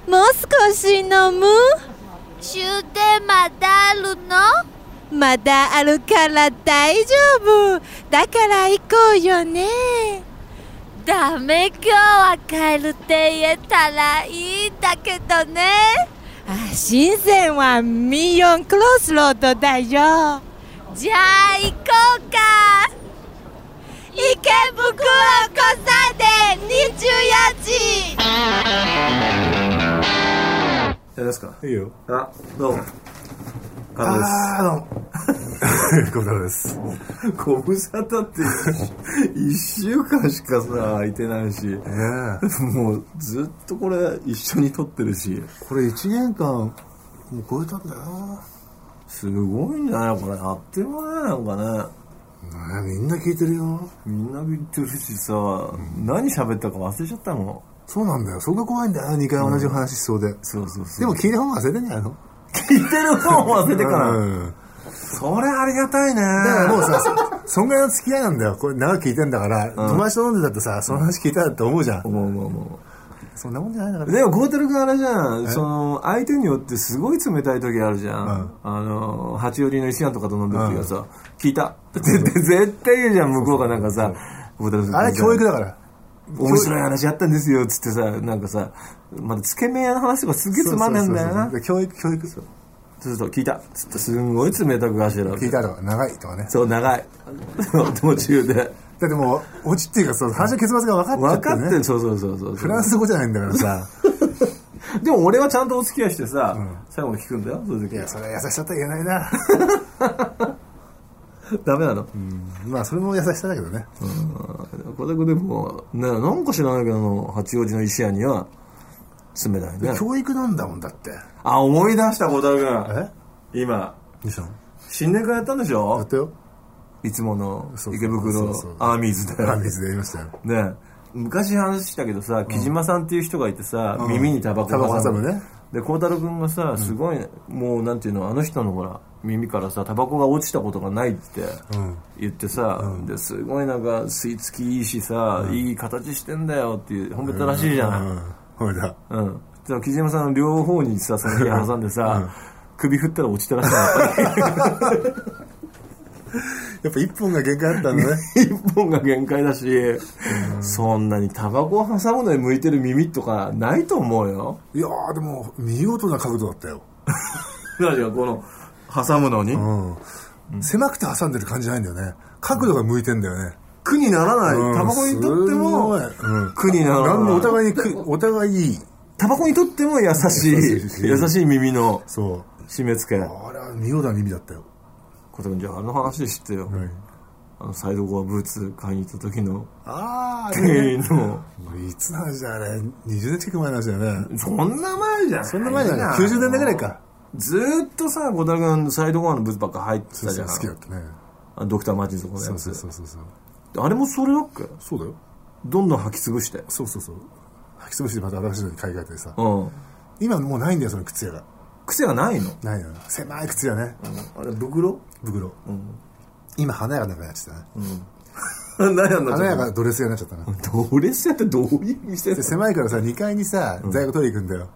もう少し飲む？ 終電まだあるの？ まだあるから大丈夫。だから行こうよね。 ダメ、今日は帰るって言えたらいいんだけどね。 新線はミリオンクロスロードだよ。 じゃあ行こうか。池袋交差点24時。 やりますか。 いいよ。 あ、どうも。カズです。 どうも。小太郎です。 ご無沙汰って1週間しかさ空いてないし、もうずっとこれ一緒に撮ってるし、 これ1年間もう超えたんだよ。 すごいんじゃないこれ。あっという間だよなんかね。 みんな聞いてるよ。 みんな見てるしさ、何喋ったか忘れちゃったの。 そうなんだよ。そこが怖いんだよ。2回同じ話しそうで。 そうそうそう。 でも聞いた方が忘れてんじゃないの？ 聞いてる方忘れてから。それありがたいね。だからもうさ、そんぐらいの付き合いなんだよ。これ長く聞いてんだから、友達と飲んでたってさ、その話聞いたらって思うじゃん。 思う。 そんなもんじゃないんだから。 でも孝太郎君あれじゃん、その相手によってすごい冷たい時あるじゃん。八王子の石庵とかと飲んでる時はさ、聞いた絶対言うじゃん、向こうがなんかさ、孝太郎君あれ教育だから。 面白い話あったんですよつってさ、なんかさ、まだつけ麺屋の話とかすげえつまんねえんだよな。 教育そう。 そう聞いたつってすんごい冷たくあしら聞いたとか長いとかね。 そう長い途中でだってもうオチっていうかそう話の結末が分かっちゃってね。 分かってる。そうフランス語じゃないんだからさでも俺はちゃんとお付き合いしてさ、最後に聞くんだよそういう時。 いやそれは優しさとは言えないなダメなの？ まあそれも優しさだけどね。 これでもね、なんか知らないけど八王子の石屋には冷たいね。 教育なんだもんだって。 あ、思い出した孝太郎君。今新年会やったんでしょ？ やったよ。 いつもの池袋アーミーズでやりましたよね。昔話したけどさ、木島さんっていう人がいてさ、耳にタバコを挟むね。で孝太郎君がさ、すごいもうなんていうの、あの人のほら耳からさタバコが落ちたことがないって言ってさ、ですごいなんか吸い付きいいしさ、いい形してんだよって褒めたらしいじゃない。 褒めた。 木島さんの両方にさその手挟んでさ、首振ったら落ちたらしいやっぱ一本が限界だったんだね一本が限界だし、そんなにタバコを挟むのに向いてる耳とかないと思うよ。 いやーでも見事な角度だったよ何がこの挟むのに、 狭くて挟んでる感じないんだよね。角度が向いてんだよね。 苦にならない、タバコにとっても苦にならない。 なんもお互いいい。 タバコにとっても優しい耳の締め付け。 あれは見事な耳だったよ。 小田君、じゃあの話知ってよ。サイドゴアブーツ買いに行った時の店員の。 いつの話だあれ。20年近く前の話だよね。 そんな前じゃん。 そんな前じゃない。90年代ぐらいか。 ずーっとさ、小田君サイドゴアのブーツばっか入ってたじゃん。 好きだったね。 ドクターマーチンとこのやつ。 そう。 あれもそれだっけ？ そうだよ。 どんどん履き潰して。 そう。履き潰してまた新しいのに買い替えてさ。今もうないんだよその靴屋が。 靴屋がないの？ ないの。狭い靴屋ね。 あれ袋。 今花屋がなくなっちゃったね。 花屋がドレス屋になっちゃったな。 ドレス屋ってどういう店？ 狭いからさ2階にさ在庫取り行くんだよ。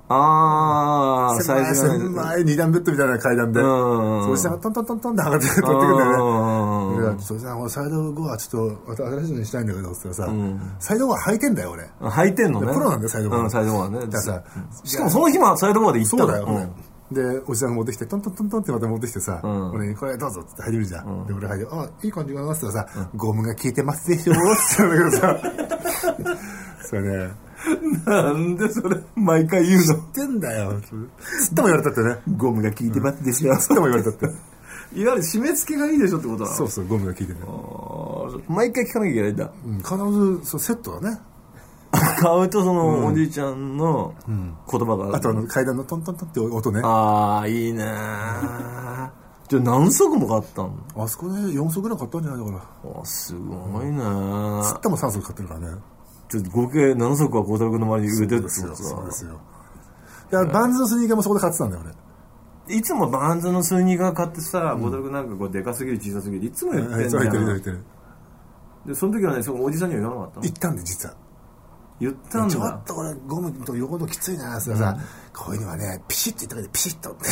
狭い2段ベッドみたいな階段で、そしたらトントントントンって上がって取ってくんだよね。そしたらサイドゴアちょっと新しいのにしたいんだけどって言ったらさ、サイドゴア履いてんだよ俺。 履いてんのね。 プロなんだよサイドゴア。 サイドゴアね。 だからさ、 しかもその日もサイドゴアで行ったの。 そうだよ。でおじさんが持ってきてトントントントンってまた持ってきてさ、俺にこれどうぞって入れるじゃん。で俺入って、いい感じがなってさ、ゴムが効いてますでしょって言うんだけどさ、それね。 なんでそれ毎回言うの？ 知ってんだよ。つっても言われたってね。 ゴムが効いてますですよ。 つっても言われたって。 いわゆる締め付けがいいでしょってことなの？ そうゴムが効いてる。 毎回聞かなきゃいけないんだ。 必ずセットだね。 買うとそのおじいちゃんの言葉があと階段のトントントンって音ね。 いいね。じゃあ何足も買ったの？ あそこで4足ぐらい買ったんじゃないだから。 すごいね。 つっても3足買ってるからね。 合計7足は孝太郎君の周りに植えてるってことだ。 そうですよ。いやバンズのスニーカーもそこで買ってたんだよ俺。いつもバンズのスニーカー買ってさ、孝太郎君なんかこうでかすぎる小さすぎるいつも言ってんだよ。 言ってる。 でその時はね、そのおじさんには言わなかったの？ 言ったんで実は。 言ったんだ。 ちょっとこれゴムと横のきついなってさ、こういうのはねピシッて言ったけどピシッと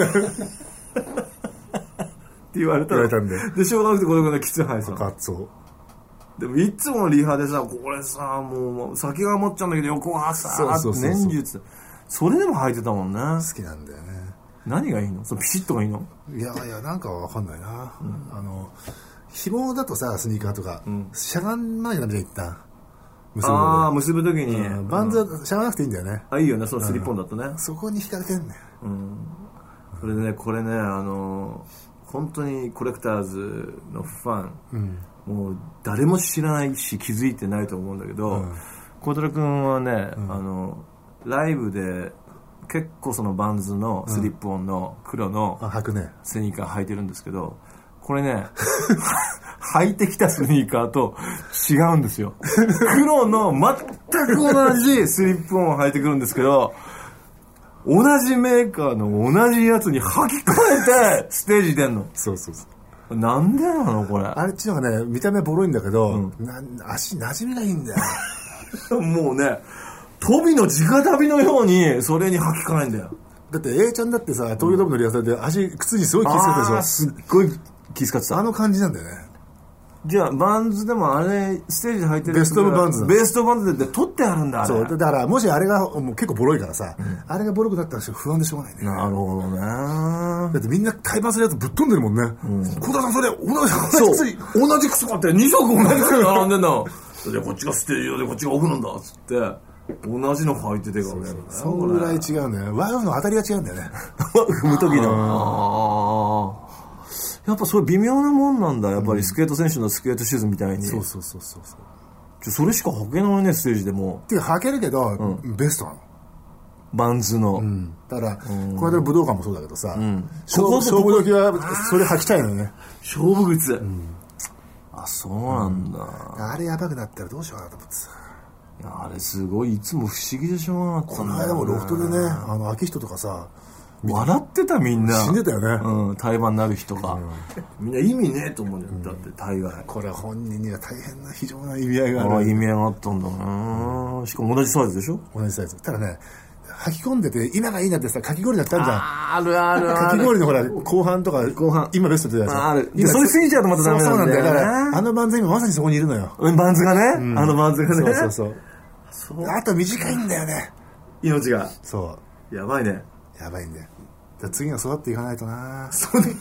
って言われたんでしょうがなくてこれぐらいきつい履いてたかそうでもいつものリハでさこれさもう先が持っちゃうんだけど横はさ年中ってそれでも履いてたもんね。 好きなんだよね。 何がいいの？そのピシッとがいいの？ いやなんかわかんないな、紐だとさスニーカーとか、しゃがんないじゃん一旦結ぶ時に、 バンズはしゃがなくていいんだよね。 いいよねそうスリッポンだとね、 そこに惹かれてんねそれでねこれね本当にコレクターズのファン、もう誰も知らないし気づいてないと思うんだけど、孝太郎君はね、ライブで結構そのバンズのスリップオンの黒のスニーカー履いてるんですけど、これね履いてきたスニーカーと違うんですよ。黒の全く同じスリップオンを履いてくるんですけど、同じメーカーの同じやつに履き替えてステージ出んの。そうなんでなのこれ。 あれっちのがね見た目ボロいんだけど、足馴染みがいいんだよ。 もうね飛びの直旅のようにそれに履き替えんだよ。 だって A ちゃんだってさ東京ドームのリハーサルで足靴にすごい気遣ってたでしょ。 すっごい気遣ってた。 あの感じなんだよね。 じゃあバンズでもあれステージで履いてるベストオブバンズベストバンズで取ってあるんだあれ。 そうだからもしあれがもう結構ボロいからさ、あれがボロくなったら不安でしょうがないね。 なるほどね。 だってみんな対バンするやつぶっ飛んでるもんね。小田さんそれ同じ靴買って2色同じ靴並んでんだ。でこっちがステージ用でこっちがオフなんだっつって同じの履いててからね。 そのぐらい違うんだよ。ワウの当たりが違うんだよね。 踏む時の。やっぱそれ微妙なもんなんだ。やっぱりスケート選手のスケートシューズみたいに。 そうそれしか履けないねステージでも。 っていうか履けるけど、ベストなの。 バンズの。 だからこの間の武道館もそうだけどさ、勝負時はそれ履きたいのよね。 勝負靴。そうなんだ。 あれやばくなったらどうしようかなと思ってさ。 あれすごいいつも不思議でしょうがなかったんだよね。 この間もロフトでね秋人とかさ笑ってたみんな。 死んでたよね。 対バンになる人が、みんな意味ねえと思うんだよ。だって大概これは本人には大変な非常な意味合いがある。 意味合いがあったんだな。しかも同じサイズでしょ。 同じサイズ。ただね履き込んでて今がいいなってさかき氷だったんじゃん。 あるかき氷のほら後半とか今ベストってやつある。それ過ぎちゃうとまたダメなんだよ。そうなんだよ。だからバンズ今まさにそこにいるのよ。 バンズがね、バンズがね。 そうあと短いんだよね命が。 そうやばいね。 やばいんだよ。次は育っていかないとな。 そうね。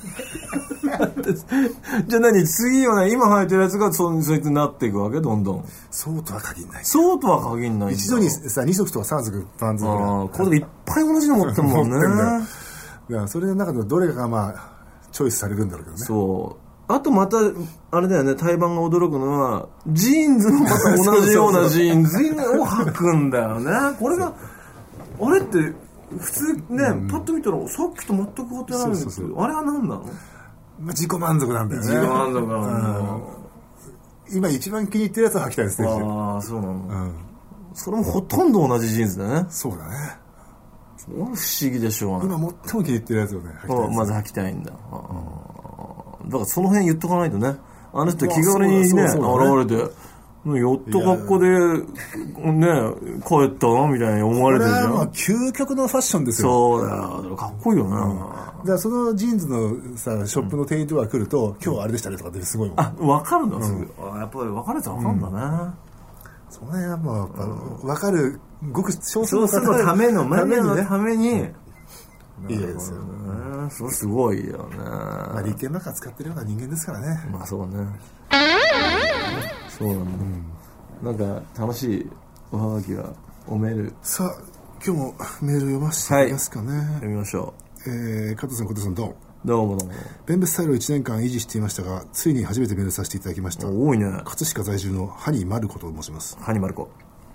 じゃあ何次はね今履いてるやつがそうやってなっていくわけどんどん。 そうとは限んない。 そうとは限んない。 一度にさ2足とか3足バンズこれでいっぱい同じの持ってるもんね。 だからそれの中のどれかがまあチョイスされるんだろうけどね。 そうあとまたあれだよね対バンが驚くのはジーンズもまた同じようなジーンズを履くんだよね。これがあれって普通ね、パッと見たらさっきと全く変わってないんですけど、あれは何なの？ 自己満足なんだよね。 自己満足なんだ。 今一番気に入ってるやつを履きたいですね。 そうなの。それもほとんど同じジーンズだね。 そうだね。 不思議でしょうがない。 今最も気に入ってるやつをね履きたい。 まず履きたいんだ。だからその辺言っとかないとね。あの人気軽にね現れて。寄った格好でね帰ったなみたいに思われてるじゃん。 これは究極のファッションですよ。 そうだよ。かっこいいよな。 だからそのジーンズのさショップの店員とか来ると今日はあれでしたねとかってすごいもん。 分かるんだすぐ。やっぱり分かるやつは分かるんだね。 その辺はもう分かるごく少数の方のためのマニアのためにいいですよね。それすごいよね。 まあ利権ばっか使ってるような人間ですからね。 まあそうね。そうなんだ。なんか楽しいおはがきがおメール。 さあ今日もメール読ませていただきますかね。 読みましょう。加藤さん小手さんどうも。 どうもどうも。 ベンベスタイルを1年間維持していましたがついに初めてメールさせていただきました。 多いね。 葛飾在住のハニーマルコと申します。 ハニーマルコ。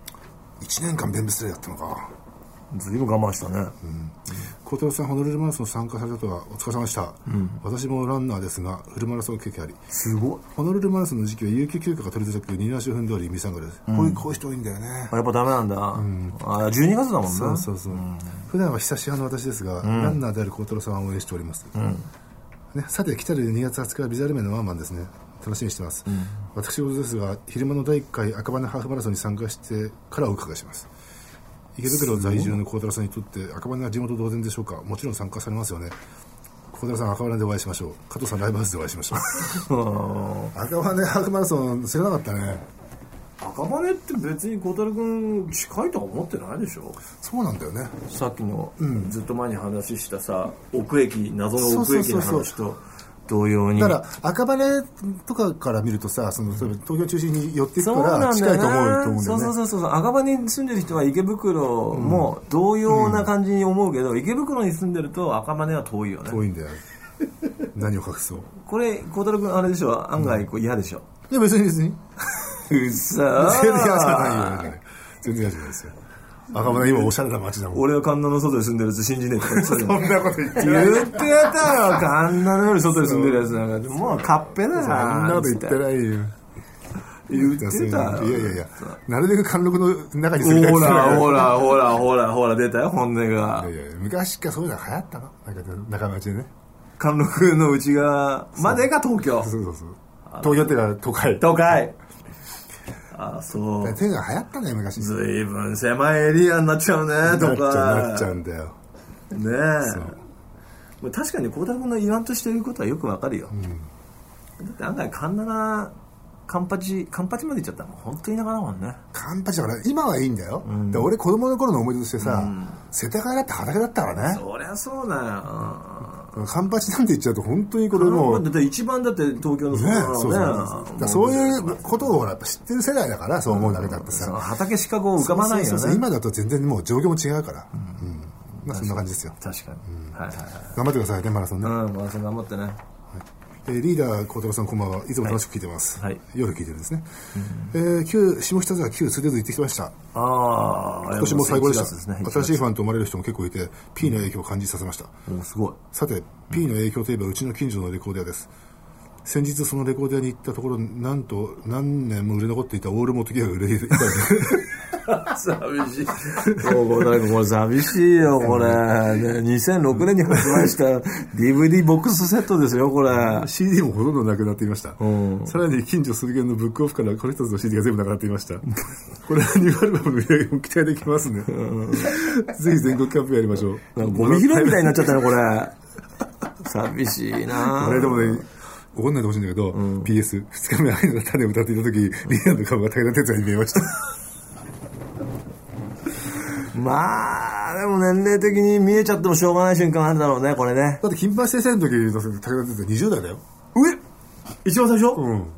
1年間ベンベスタイルやったのか。 ずいぶん我慢したね。 孝太郎さんホノルルマラソン参加されたとはお疲れ様でした、私もランナーですがフルマラソン経験あり。 すごい。 ホノルルマラソンの時期は有給休暇が取り除く2足分通りミサンガです、こういう人多いんだよね。 やっぱダメなんだ、12月だもんね。 そう、普段は久しぶりの私ですが、ランナーである孝太郎さんを応援しております、さて来たる2月20日はビザルメのワンマンですね。 楽しみにしてます、私事ですが昼間の第1回赤羽ハーフマラソンに参加してからお伺いします。池袋在住の幸太郎さんにとって赤羽は地元同然でしょうか。もちろん参加されますよね。幸太郎さん、赤羽でお会いしましょう。加藤さん、ライブハウスでお会いしましょう赤羽ハーフマラソン知らなかったね。 赤羽って別に小樽君近いとは思ってないでしょ。 そうなんだよね。 さっきの、ずっと前に話したさ奥駅、謎の奥駅の話と同様に。 だから赤羽とかから見るとさ、その東京中心に寄っていくから近いと思うんだよね。 そう赤羽に住んでる人は池袋も同様な感じに思うけど、池袋に住んでると赤羽は遠いよね。 遠いんだよ何を隠そう。 これ小樽君あれでしょ、案外嫌でしょ。 いや別にうっさ全然嫌じゃないよ。全然嫌じゃないですよ。赤羽今おしゃれな街だもん。 俺は神田の外に住んでるやつ信じねえとか言ってたじゃん。 そんなこと言ってない。 言ってやったよ。神田のより外に住んでるやつなんかもうカッペだな。 そんなこと言ってないよ。 言ってたよ。 いやなるべく貫禄の中に住みたい。 ほら出たよ本音が。いや昔からそういうの流行ったの。なんか中町でね。 貫禄の内側までが東京。 そう東京っていうか都会。 あ、そう。 手が流行ったね昔。 ずいぶん狭いエリアになっちゃうね。とかなっちゃうんだよ。 ねえ。確かに幸太郎君の言わんとしていることはよくわかるよ。だって案外カンパチまで行っちゃったら本当に田舎だもんね。 カンパチだから今はいいんだよ。で俺子供の頃の思い出としてさ、世田谷だって畑だったからね。 そりゃそうだよ。 カンパチなんて言っちゃうと本当にこれもうだって一番だって東京の外なのね。 そういうことをやっぱ知ってる世代だからそう思うだけだってさ、 畑しかこう浮かばないよね。 今だと全然もう状況も違うから、まあそんな感じですよ。 確かに。 頑張ってくださいねマラソンね。 マラソン頑張ってね。 リーダー幸太郎さんこんばんは。いつも楽しく聞いてます。夜聞いてるんですね。下北沢旧ステーズ行ってきました。今年も最高でした。新しいファンと思われる人も結構いて P の影響を感じさせました。 すごい。 さて P の影響といえばうちの近所のレコーディアです。先日そのレコーディアに行ったところ、なんと何年も売れ残っていたオールモットギアが売れていた寂しい。もうこれ寂しいよこれ。2006年に発売した DVD ボックスセットですよこれ。 CD もほとんどなくなっていました。さらに近所数軒のブックオフからこれ一つの CD が全部なくなっていました。これはニューアルバムの売り上げも期待できますね。ぜひ全国キャンプやりましょう。 ゴミ拾いみたいになっちゃったよこれ。寂しいな。 これでもね怒んないでほしいんだけど、PS 2日目愛の種を歌っていた時リーダーの顔が武田鉄矢に見えました。 まあでも年齢的に見えちゃってもしょうがない瞬間あるだろうねこれね。 だって金八先生の時の武田鉄矢20代だよ。 一番最初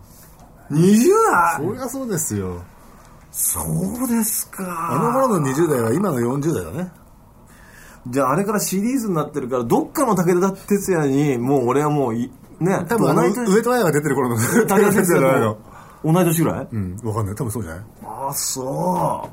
？20代？ そりゃそうですよ。 そうですか。 あの頃の20代は今の40代だね。 じゃああれからシリーズになってるからどっかの武田鉄矢にもう俺はもうね、 多分上戸彩が出てる頃の武田鉄矢の同い年ぐらい？ わかんない。多分そうじゃない？ そう。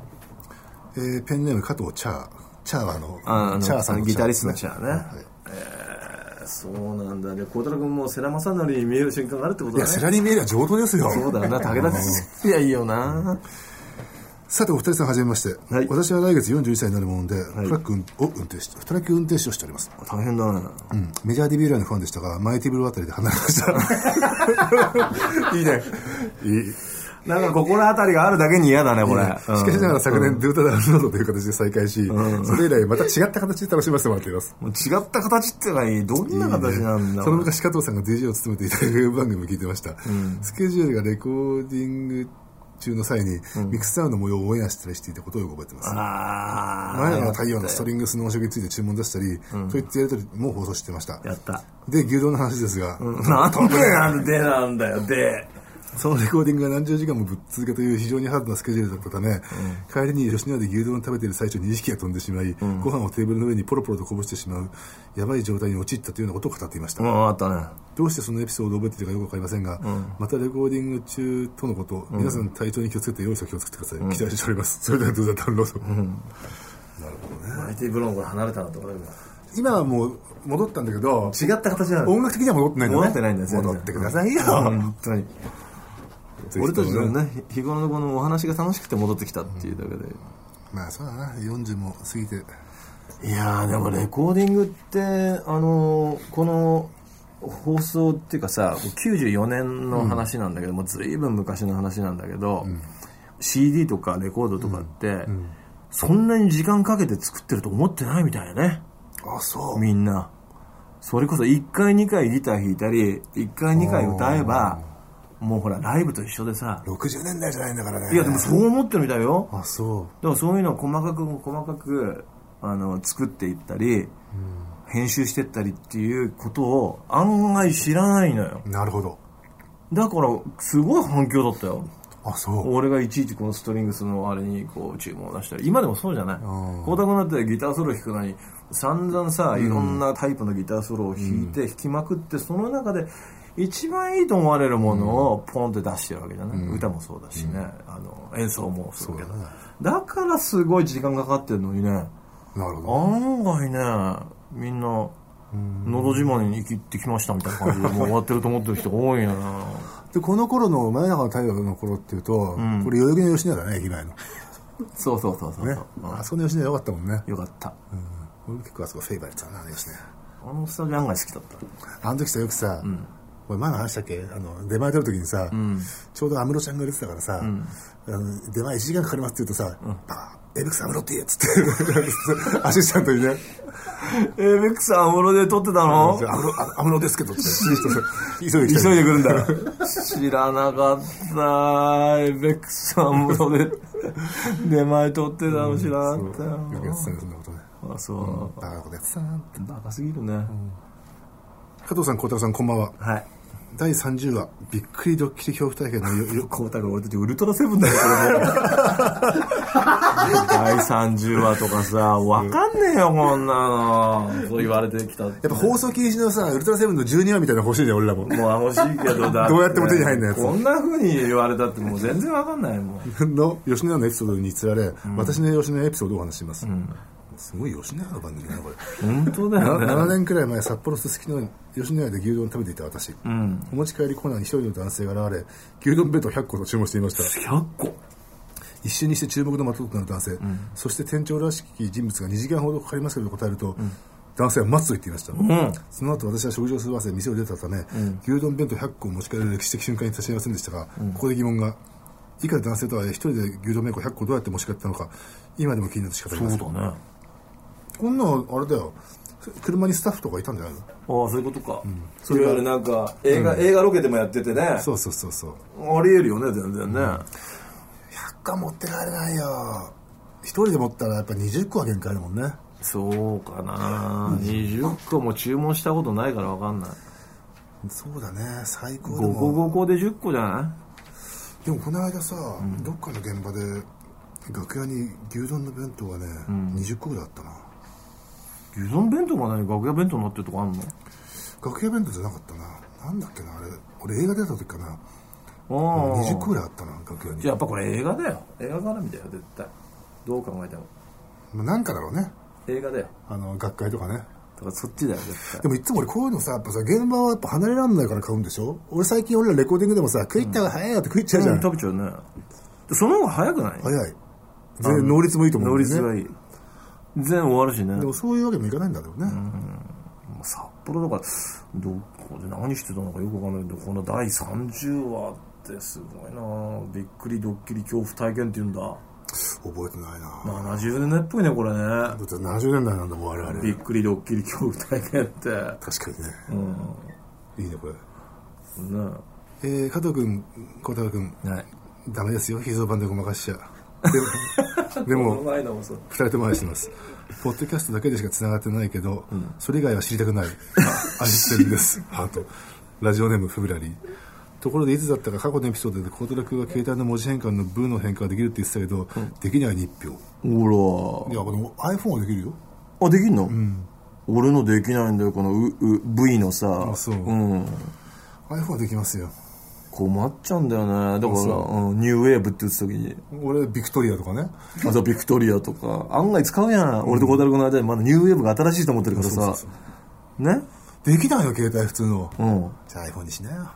ペンネーム加藤チャーはチャーさんギタリストのチャーね。そうなんだね。幸太郎君も世良正則に見える瞬間があるってことだね。 いや世良に見えりゃ上等ですよ。 そうだよな。武田鉄矢いいよな。 さてお二人さんはじめまして、私は来月41歳になるもので、トラックを運転して2人運転手をしております。 大変だね。 メジャーデビューラーのファンでしたがマイティブルあたりで離れましたいいね。いい。 なんか心当たりがあるだけに嫌だねこれ。 しかしながら昨年ドゥータダウンロードという形で再開し、それ以来また違った形で楽しませてもらっています。 違った形ってのはいい。どんな形なんだ。 その昔加藤さんが DJ を務めていたウェブ番組を聞いてました。スケジュールがレコーディング中の際にミックスサウンドの模様をオンエアしたりしていたことを覚えてます。前の太陽のストリングスの音色について注文出したり、そういったやり取りも放送してました。 やった。 で牛丼の話ですが、 なんでなんだよ。でそのレコーディングが何十時間もぶっ続けという非常にハードなスケジュールだったため、帰りに吉野家で牛丼を食べている最中に意識が飛んでしまい、ご飯をテーブルの上にポロポロとこぼしてしまうやばい状態に陥ったというようなことを語っていました。 あったね。 どうしてそのエピソードを覚えているかよくわかりませんが、またレコーディング中とのこと、皆さん体調に気をつけて用意して気をつけてください。期待しております。それではどうぞダウンロード。なるほどね。 マイティブロンから離れたなとか今はもう戻ったんだけど、 違った形なの。 音楽的には戻ってないんだね。 戻ってないんだよ。 戻ってくださいよ。 本当に。俺たちのね日頃のこのお話が楽しくて戻ってきたっていうだけで、 まあそうだな。40も過ぎて。 いやでもレコーディングってこの放送っていうかさ、94年の話なんだけど、もうずいぶん昔の話なんだけど、CD とかレコードとかって、そんなに時間かけて作ってると思ってないみたいなね。 あ、そう。 みんな。それこそ1回2回ギター弾いたり、1回2回歌えば、もうほら、ライブと一緒でさ。 60年代じゃないんだからね。 いや、でもそう思ってるみたいよ。 あ、そう。 だからそういうのを細かく、作っていったり、編集していったりっていうことを案外知らないのよ。 なるほど。 だからすごい反響だったよ。 あ、そう。 俺がいちいちこのストリングスのあれにこう注文を出したり、今でもそうじゃない。光沢になってギターソロ弾くのに散々さ、いろんなタイプのギターソロを弾いて、弾きまくって、その中で一番いいと思われるものをポンって出してるわけじゃない。歌もそうだしね、演奏もそうだけど、だからすごい時間かかってるのにね。 なるほど。 案外ね、みんなのど自慢に行ってきましたみたいな感じでもう終わってると思ってる人が多いな。 でこの頃の真夜中の太陽の頃っていうと、これ代々木の吉野家だね、駅前の。 そう、 ね、あそこの吉野家よかったもんね。 よかった。 俺結構あそこフェイバリットだな、吉野家。 あのスタジオ案外好きだった。 あの時さ、よくさ、これ前の話したっけ、出前取る時にさ、ちょうど安室ちゃんが売れてたからさ、出前1時間かかりますって言うとさ、エイベックス安室って言えっつってアシスタントにね、 エイベックス安室で撮ってたの？ 安室ですけどって急いでくるんだ。知らなかった。エイベックス安室で出前撮ってたの知らなかったよ。 よくやってたね、そんなことね。 あ、そう。 バカなことやってたなって。 バカすぎるね。 加藤さん、孝太郎さん、こんばんは。 はい。 第30話、びっくりドッキリ恐怖体験の孝太郎、俺たちウルトラセブンだよ、第30話とかさ、わかんねえよ、こんなの。そう言われてきた。やっぱ放送禁止のさ、ウルトラセブンの12話みたいなの欲しいじゃん、俺らも。 もう欲しいけど、だどうやっても手に入んないやつ。 こんな風に言われたってもう全然わかんないもん。 の、吉野家のエピソードにつられ、私の吉野家エピソードをお話しします。すごい吉野家の番組だな、これ。 本当だよね。 7年くらい前、札幌すすきの吉野家で牛丼を食べていた私。お持ち帰りコーナーに一人の男性が現れ、牛丼弁当100個と注文していました。 100個一瞬にして注目の的となる男性。そして店長らしき人物が2時間ほどかかりますけど答えると、男性は待つと言っていました。その後私は食事を済ませ店を出たため、牛丼弁当100個を持ち帰る歴史的瞬間に立ち会いませんでしたが、ここで疑問が。いくら男性とは一人で牛丼弁当100個どうやって持ち帰ったのか、今でも気になって仕方ありません。 そうだね。 こんなあれだよ、車にスタッフとかいたんじゃないの？ ああ、そういうことか。それはね、なんか映画ロケでもやっててね。 そう。 ありえるよね、全然ね。100 個持って帰れないよ。一人で持ったらやっぱ20個は限界だもんね。 そうかな。20個も注文したことないから分かんない。 そうだね、最高でも5個で10個じゃない？ でもこの間さ、どっかの現場で楽屋に牛丼の弁当がね、20個ぐらいあったな。 牛丼弁当が何？楽屋弁当になってるとこあんの？ 楽屋弁当じゃなかったな。なんだっけな、あれ。俺映画出た時かな。20個ぐらいあったな、楽屋に。 やっぱこれ映画だよ。映画絡みだよ、絶対。どう考えても。 なんかだろうね。 映画だよ。 学会とかね。 だからそっちだよ、絶対。 でもいつも俺こういうのさ、やっぱさ、現場はやっぱ離れらんないから買うんでしょ？俺最近俺らレコーディングでもさ、食いった方が早いなって食いっちゃうじゃん。 食べちゃうね。その方が早くない？ 早い。全然能率もいいと思うんだよね。 能率がいい。全然終わるしね。 でもそういうわけにもいかないんだろうね。 札幌だからどこで何してたのかよくわかんないけど、この第30話ってすごいな。びっくりドッキリ恐怖体験って言うんだ。 覚えてないな。 70年代っぽいね、これね。だって70年代なんだもん、我々。 びっくりドッキリ恐怖体験って。 確かにね。いいね、これ。加藤君、孝太郎君。ダメですよ、秘蔵版でごまかしちゃ。でも2人とも愛してます。ポッドキャストだけでしかつながってないけど、それ以外は知りたくない。愛してるんですハート。ラジオネームフブラリー。ところでいつだったか過去のエピソードで孝太郎君が携帯の文字変換のブーの変換ができるって言ってたけど、できない日票。 ほら、いや、この iPhone はできるよ。 あ、できんの？俺のできないんだよ、このV のさ。 あ、そう。iPhone はできますよ。 困っちゃうんだよね。だから、ニューウェーブって言ってた時に。 俺、ビクトリアとかね。 あとビクトリアとか。案外使うやん。俺と孝太郎君の間にまだニューウェーブが新しいと思ってるからさ。ね？ できないよ、携帯普通の。じゃあ iPhone にしなよ。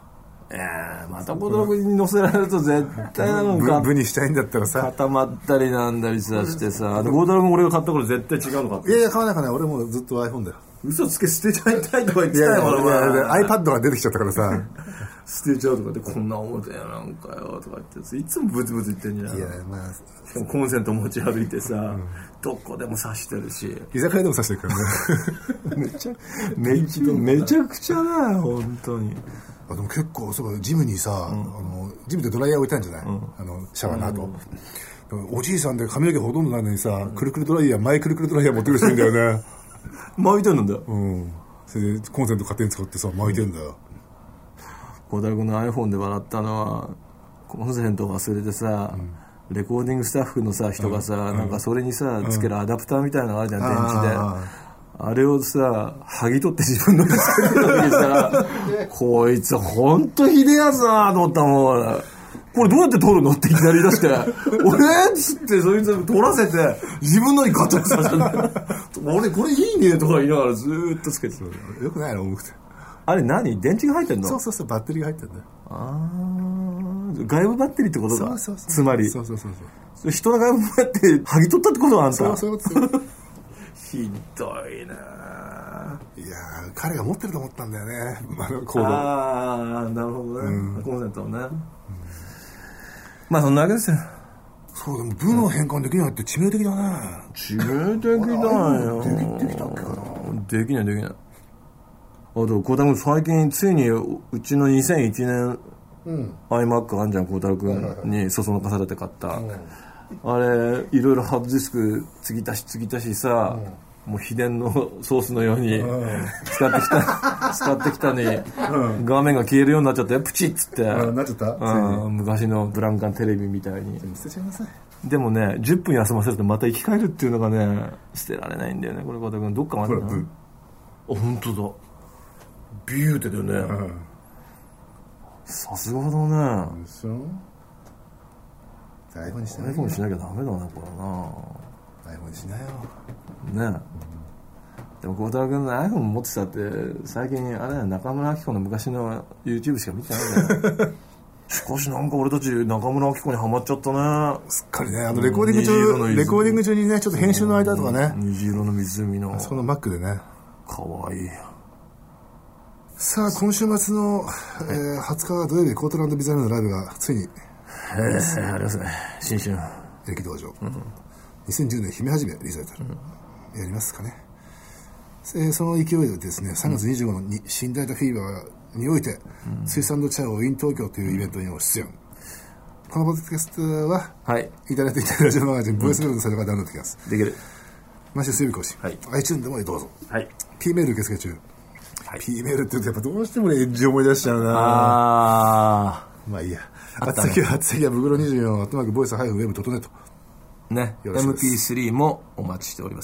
また小道具に乗せられると絶対なんか部にしたいんだったらさ固まったりなんだりさしてさ、小道具俺が買った頃絶対違うの買って。 いや買わないかな、俺もずっと iPhone だよ。 嘘つけ、捨てちゃいたいとか言ってたよ。 iPad が出てきちゃったからさ捨てちゃうとかで、こんな重たいやなんかよとか言って、いつもブツブツ言ってんじゃない。 いやまあしかもコンセント持ち歩いてさ、どこでも挿してるし、 居酒屋でも挿してるからねめちゃくちゃだよ本当に。 でも結構そうジムにさ、ジムでドライヤー置いたんじゃない、シャワーの後、おじいさんで髪の毛ほとんどないのにさ、くるくるドライヤー、前くるくるドライヤー持ってくる人いるんだよね巻いてるんだよ。 それでコンセント勝手に使ってさ巻いてるんだよ。 小田君の iPhone で笑ったのは、コンセント忘れてさ、レコーディングスタッフのさ人がさ、なんかそれにさつけるアダプターみたいなのあるじゃん、電池で。あれをさ剥ぎ取って自分のにつけてる時にさこいつほんとひでえやつだなと思ったもん。これどうやって撮るのっていきなり言い出して俺っつってそいつ撮らせて自分のにガチャガチャさせて俺これいいねとか言いながらずーっとつけてた。 よくないの重くて。 あれ何、電池が入ってんの？ そうバッテリーが入ってんだよ。 外部バッテリーってことか。 そうつまりそう人の外部バッテリー剥ぎ取ったってことはあんた。 そういうことひどいないや彼が持ってると思ったんだよね、コード。 なるほどね、コンセントをね、まあそんなわけですよ。 そうでも部の変換できないって致命的だね。 致命的だよ。 できたっけかな。 できない。あと孝太郎君最近ついにうちの2001年、iMac あんじゃん、孝太郎君にそそのかされて買った、あれいろいろハードディスク継ぎ足しさ、もう秘伝のソースのように使ってきたのに、画面が消えるようになっちゃってプチッつって、 なっちゃった、 昔のブランカンテレビみたいに。 捨てちゃいなさい。 でもね10分休ませるとまた生き返るっていうのがね捨てられないんだよね。これ孝太郎君どっかあるんだな。本当だ、ビューってだよね、さすがだね。 でしょ。iPhone にしないよ。 iPhone にしなきゃダメだねこれな。iPhone にしないよね。でも孝太郎君の iPhone 持ってたって最近あれだよ、中村明子の昔の YouTube しか見てないんだよしかしなんか俺たち中村明子にハマっちゃったね。 すっかりね。レコーディング中にねちょっと編集の間とかね、 虹色の湖のあそこの Mac でね、 かわいい。 さあ今週末の、20日は土曜日、コートランドビザイルのライブがついにありますね。新春駅道場、2010年姫はじめリサイタル、やりますかね。その勢いでですね、3月25日に新大田フィーバーにおいて、水産チャオ in 東京というイベントにも出演。このポッドキャストは、インターネットインターラジオマガジンボイスメールのサイトからダウンロードできます。 できる。 毎週水曜日更新、iTunes でもどうぞ。P メール受付中。P メールって言うとやっぱどうしてもねエッジ思い出しちゃうな。まあいいや。あつ先はブグロ24アットマークボイス-web.net ね。MP3 もお待ちしております。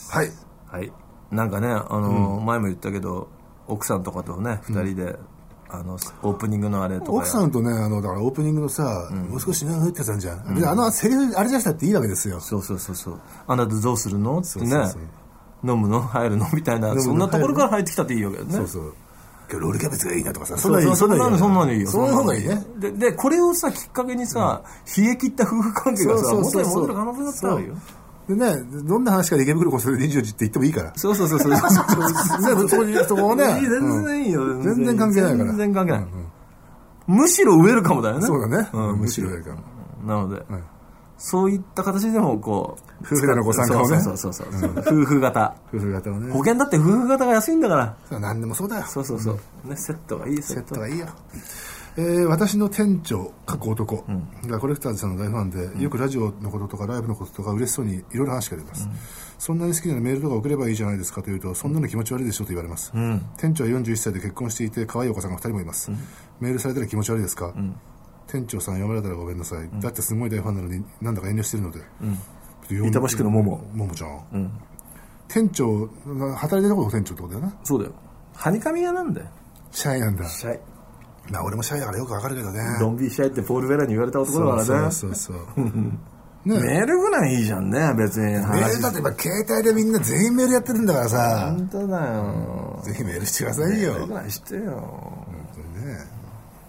はい。なんかね前も言ったけど奥さんとかとね2人でオープニングのあれとか。 奥さんとねだからオープニングのさ、もう少し長いってやつあるじゃん。でセリフあれじゃしたっていいわけですよ。 そう。あなたどうするのってね。飲むの入るのみたいな、そんなところから入ってきたっていいわけだね。 今日ロールキャベツがいいなとかさ、 そんなのいいよ。 そういう方がいいね。 でこれをさきっかけにさ、冷え切った夫婦関係がさ元に戻る可能性だってあるよ。 でね、どんな話から池袋こそ24時って言ってもいいから。 そうそこをね、 全然いいよ。 全然関係ないから。 全然関係ない。むしろウェルカムだよね。 そうだね。むしろウェルカム。 なのでそういった形でもこう夫婦でのご参加をね。 そう夫婦型をね。 保険だって夫婦型が安いんだから。 何でもそうだよ。 そうね、セットがいい。 セットがいいよ。私の店長過去男がコレクターズさんの大ファンで、よくラジオのこととかライブのこととか嬉しそうにいろいろ話してくれます。そんなに好きならメールとか送ればいいじゃないですかと言うと、そんなの気持ち悪いでしょと言われます。店長は41歳で結婚していて可愛いお子さんが2人もいます。メールされたら気持ち悪いですか？店長さん読まれたらごめんなさい、だってすごい大ファンなのになんだか遠慮してるので、 板橋区のももちゃん、店長働いてること店長ってことだよな。 そうだよ。はにかみ屋なんだよ。 シャイなんだ。 シャイ。 まあ俺もシャイだからよくわかるけどね。 ドンビーシャイってポール・ベラに言われた男だからね。 そうメールぐらいいいじゃんね、別に。メールだって今携帯でみんな全員メールやってるんだからさ。 本当だよ。 ぜひメールしてくださいよ。 メールぐらいしてよ。 本当にね。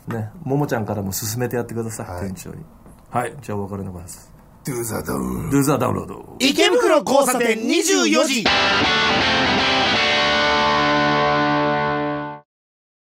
ね、ももちゃんからも勧めてやってください、店長に。はい、じゃあお別れのます。 Do the download。 Do the download。 池袋交差点24時。